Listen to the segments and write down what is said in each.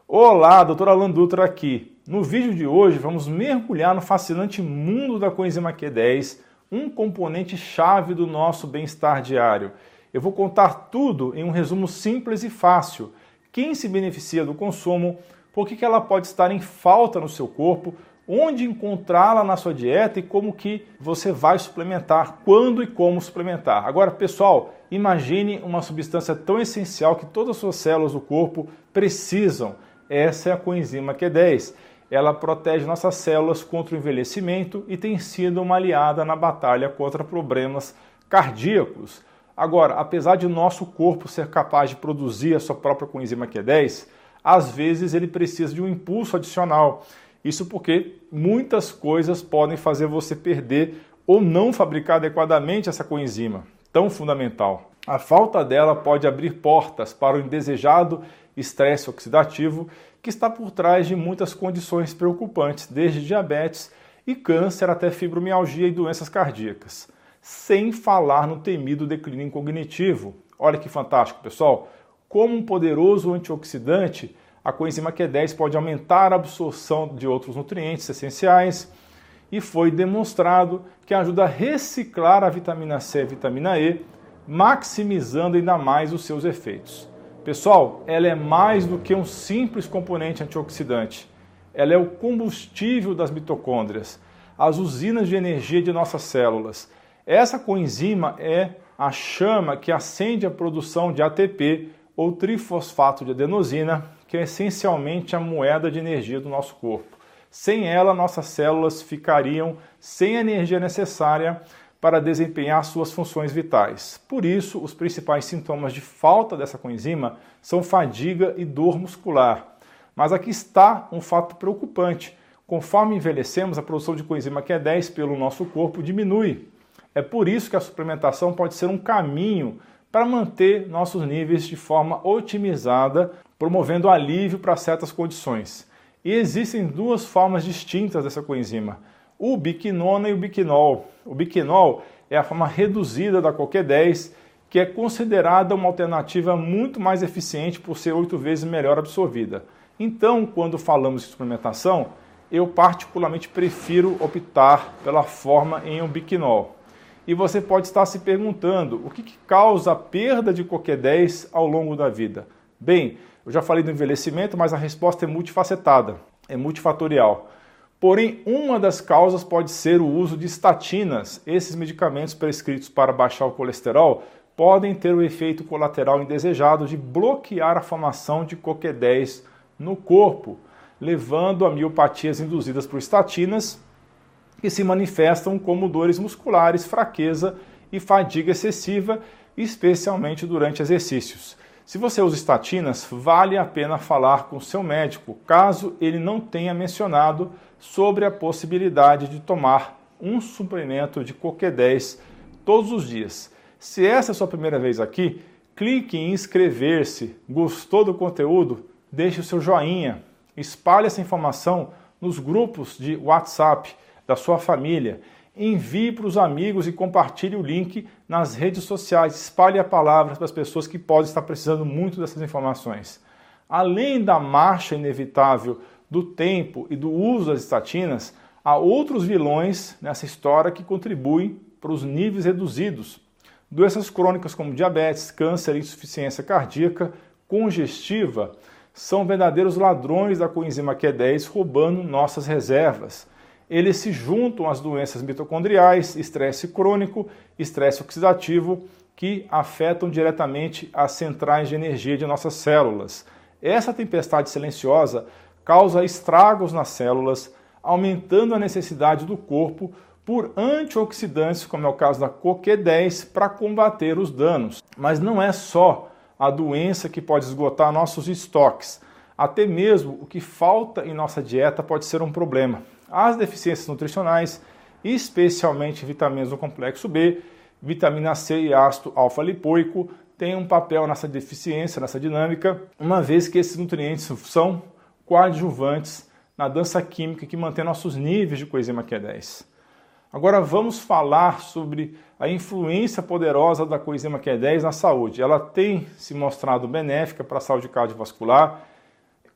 Olá, Dr. Alan Dutra aqui. No vídeo de hoje vamos mergulhar no fascinante mundo da coenzima Q10, um componente chave do nosso bem-estar diário. Eu vou contar tudo em um resumo simples e fácil. Quem se beneficia do consumo, por que ela pode estar em falta no seu corpo, onde encontrá-la na sua dieta e como que você vai suplementar, quando e como suplementar. Agora, pessoal, imagine uma substância tão essencial que todas as suas células do corpo precisam. Essa é a coenzima Q10. Ela protege nossas células contra o envelhecimento e tem sido uma aliada na batalha contra problemas cardíacos. Agora, apesar de nosso corpo ser capaz de produzir a sua própria coenzima Q10, às vezes ele precisa de um impulso adicional. Isso porque muitas coisas podem fazer você perder ou não fabricar adequadamente essa coenzima, tão fundamental. A falta dela pode abrir portas para o indesejado estresse oxidativo que está por trás de muitas condições preocupantes, desde diabetes e câncer até fibromialgia e doenças cardíacas. Sem falar no temido declínio cognitivo. Olha que fantástico, pessoal! Como um poderoso antioxidante, a coenzima Q10 pode aumentar a absorção de outros nutrientes essenciais e foi demonstrado que ajuda a reciclar a vitamina C e a vitamina E, maximizando ainda mais os seus efeitos. Pessoal, ela é mais do que um simples componente antioxidante. Ela é o combustível das mitocôndrias, as usinas de energia de nossas células. Essa coenzima é a chama que acende a produção de ATP, ou trifosfato de adenosina, que é essencialmente a moeda de energia do nosso corpo. Sem ela, nossas células ficariam sem a energia necessária para desempenhar suas funções vitais. Por isso, os principais sintomas de falta dessa coenzima são fadiga e dor muscular. Mas aqui está um fato preocupante. Conforme envelhecemos, a produção de coenzima Q10 pelo nosso corpo diminui. É por isso que a suplementação pode ser um caminho para manter nossos níveis de forma otimizada, promovendo alívio para certas condições. E existem duas formas distintas dessa coenzima, o ubiquinona e o biquinol. O biquinol é a forma reduzida da CoQ10, que é considerada uma alternativa muito mais eficiente por ser 8 vezes melhor absorvida. Então, quando falamos de suplementação, eu particularmente prefiro optar pela forma em ubiquinol. E você pode estar se perguntando o que causa a perda de CoQ10 ao longo da vida. Bem, eu já falei do envelhecimento, mas a resposta é multifacetada, é multifatorial. Porém, uma das causas pode ser o uso de estatinas. Esses medicamentos prescritos para baixar o colesterol podem ter o efeito colateral indesejado de bloquear a formação de CoQ10 no corpo, levando a miopatias induzidas por estatinas, que se manifestam como dores musculares, fraqueza e fadiga excessiva, especialmente durante exercícios. Se você usa estatinas, vale a pena falar com seu médico, caso ele não tenha mencionado sobre a possibilidade de tomar um suplemento de CoQ10 todos os dias. Se essa é a sua primeira vez aqui, clique em inscrever-se. Gostou do conteúdo? Deixe o seu joinha. Espalhe essa informação nos grupos de WhatsApp da sua família. Envie para os amigos e compartilhe o link nas redes sociais. Espalhe a palavra para as pessoas que podem estar precisando muito dessas informações. Além da marcha inevitável do tempo e do uso das estatinas, há outros vilões nessa história que contribuem para os níveis reduzidos. Doenças crônicas como diabetes, câncer, insuficiência cardíaca, congestiva, são verdadeiros ladrões da coenzima Q10 roubando nossas reservas. Eles se juntam às doenças mitocondriais, estresse crônico, estresse oxidativo, que afetam diretamente as centrais de energia de nossas células. Essa tempestade silenciosa causa estragos nas células, aumentando a necessidade do corpo por antioxidantes, como é o caso da CoQ10, para combater os danos. Mas não é só a doença que pode esgotar nossos estoques. Até mesmo o que falta em nossa dieta pode ser um problema. As deficiências nutricionais, especialmente vitaminas do complexo B, vitamina C e ácido alfa-lipoico, têm um papel nessa deficiência, nessa dinâmica, uma vez que esses nutrientes são coadjuvantes na dança química que mantém nossos níveis de coenzima Q10. Agora vamos falar sobre a influência poderosa da coenzima Q10 na saúde. Ela tem se mostrado benéfica para a saúde cardiovascular,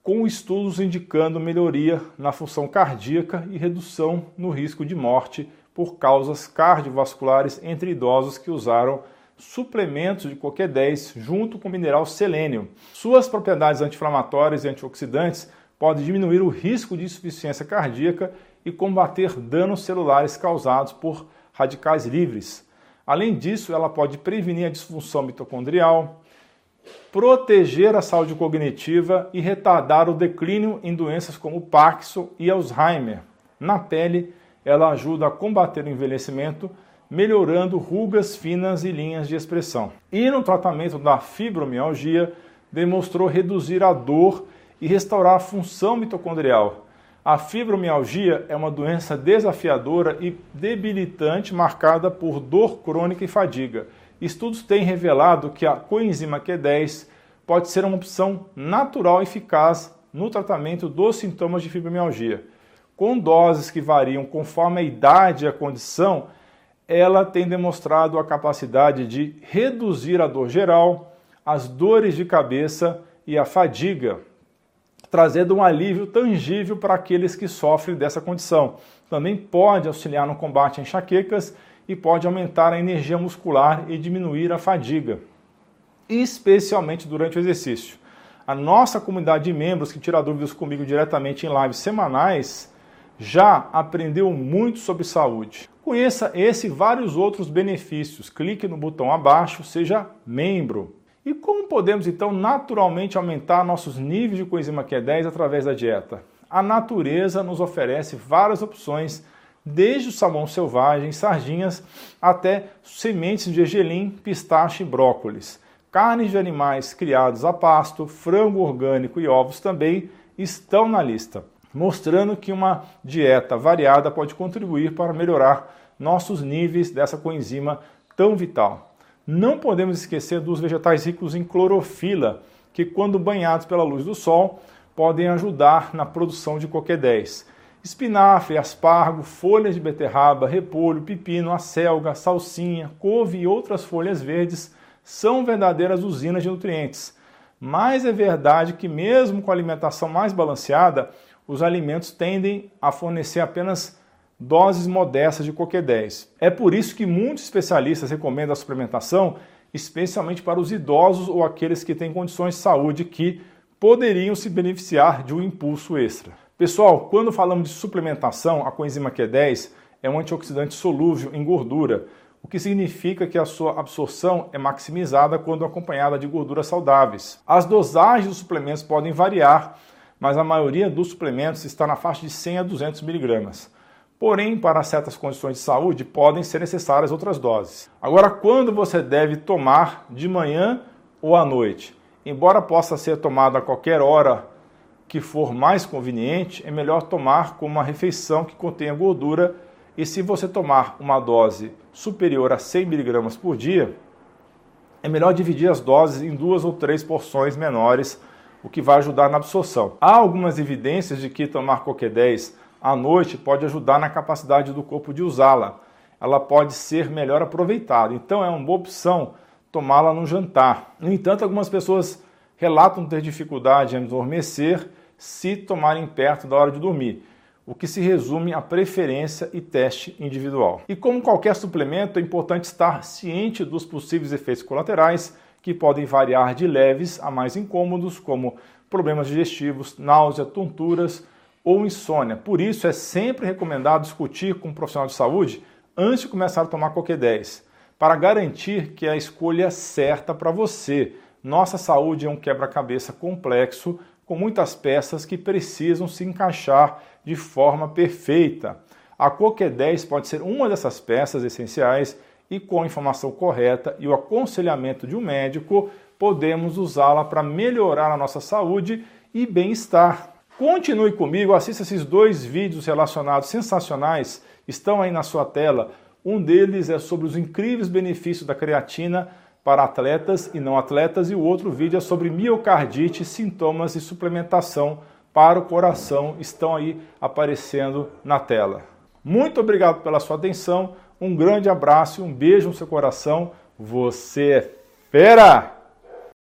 com estudos indicando melhoria na função cardíaca e redução no risco de morte por causas cardiovasculares entre idosos que usaram suplementos de CoQ10 junto com o mineral selênio. Suas propriedades anti-inflamatórias e antioxidantes podem diminuir o risco de insuficiência cardíaca e combater danos celulares causados por radicais livres. Além disso, ela pode prevenir a disfunção mitocondrial, proteger a saúde cognitiva e retardar o declínio em doenças como Parkinson e Alzheimer. Na pele, ela ajuda a combater o envelhecimento, melhorando rugas finas e linhas de expressão. E no tratamento da fibromialgia, demonstrou reduzir a dor e restaurar a função mitocondrial. A fibromialgia é uma doença desafiadora e debilitante marcada por dor crônica e fadiga. Estudos têm revelado que a coenzima Q10 pode ser uma opção natural e eficaz no tratamento dos sintomas de fibromialgia. Com doses que variam conforme a idade e a condição, ela tem demonstrado a capacidade de reduzir a dor geral, as dores de cabeça e a fadiga, trazendo um alívio tangível para aqueles que sofrem dessa condição. Também pode auxiliar no combate a enxaquecas e pode aumentar a energia muscular e diminuir a fadiga, especialmente durante o exercício. A nossa comunidade de membros que tira dúvidas comigo diretamente em lives semanais já aprendeu muito sobre saúde. Conheça esse e vários outros benefícios. Clique no botão abaixo, seja membro. E como podemos então naturalmente aumentar nossos níveis de coenzima Q10 através da dieta? A natureza nos oferece várias opções, desde o salmão selvagem, sardinhas, até sementes de gergelim, pistache e brócolis. Carnes de animais criados a pasto, frango orgânico e ovos também estão na lista, mostrando que uma dieta variada pode contribuir para melhorar nossos níveis dessa coenzima tão vital. Não podemos esquecer dos vegetais ricos em clorofila, que quando banhados pela luz do sol, podem ajudar na produção de CoQ10. Espinafre, aspargo, folhas de beterraba, repolho, pepino, acelga, salsinha, couve e outras folhas verdes são verdadeiras usinas de nutrientes. Mas é verdade que mesmo com a alimentação mais balanceada, os alimentos tendem a fornecer apenas doses modestas de CoQ10. É por isso que muitos especialistas recomendam a suplementação, especialmente para os idosos ou aqueles que têm condições de saúde que poderiam se beneficiar de um impulso extra. Pessoal, quando falamos de suplementação, a coenzima Q10 é um antioxidante solúvel em gordura, o que significa que a sua absorção é maximizada quando acompanhada de gorduras saudáveis. As dosagens dos suplementos podem variar, mas a maioria dos suplementos está na faixa de 100 a 200 mg. Porém, para certas condições de saúde, podem ser necessárias outras doses. Agora, quando você deve tomar de manhã ou à noite? Embora possa ser tomado a qualquer hora que for mais conveniente, é melhor tomar com uma refeição que contenha gordura, e se você tomar uma dose superior a 100 mg por dia, é melhor dividir as doses em 2 ou 3 porções menores, o que vai ajudar na absorção. Há algumas evidências de que tomar CoQ10 à noite pode ajudar na capacidade do corpo de usá-la. Ela pode ser melhor aproveitada, então é uma boa opção tomá-la no jantar. No entanto, algumas pessoas relatam ter dificuldade em adormecer se tomarem perto da hora de dormir, o que se resume a preferência e teste individual. E como qualquer suplemento, é importante estar ciente dos possíveis efeitos colaterais, que podem variar de leves a mais incômodos, como problemas digestivos, náusea, tonturas ou insônia. Por isso, é sempre recomendado discutir com um profissional de saúde antes de começar a tomar CoQ10, para garantir que é a escolha certa para você. Nossa saúde é um quebra-cabeça complexo, com muitas peças que precisam se encaixar de forma perfeita. A CoQ10 pode ser uma dessas peças essenciais e, com a informação correta e o aconselhamento de um médico, podemos usá-la para melhorar a nossa saúde e bem-estar. Continue comigo, assista esses 2 vídeos relacionados sensacionais, estão aí na sua tela. Um deles é sobre os incríveis benefícios da creatina para atletas e não atletas, e o outro vídeo é sobre miocardite, sintomas e suplementação para o coração, estão aí aparecendo na tela. Muito obrigado pela sua atenção, um grande abraço e um beijo no seu coração, você é fera!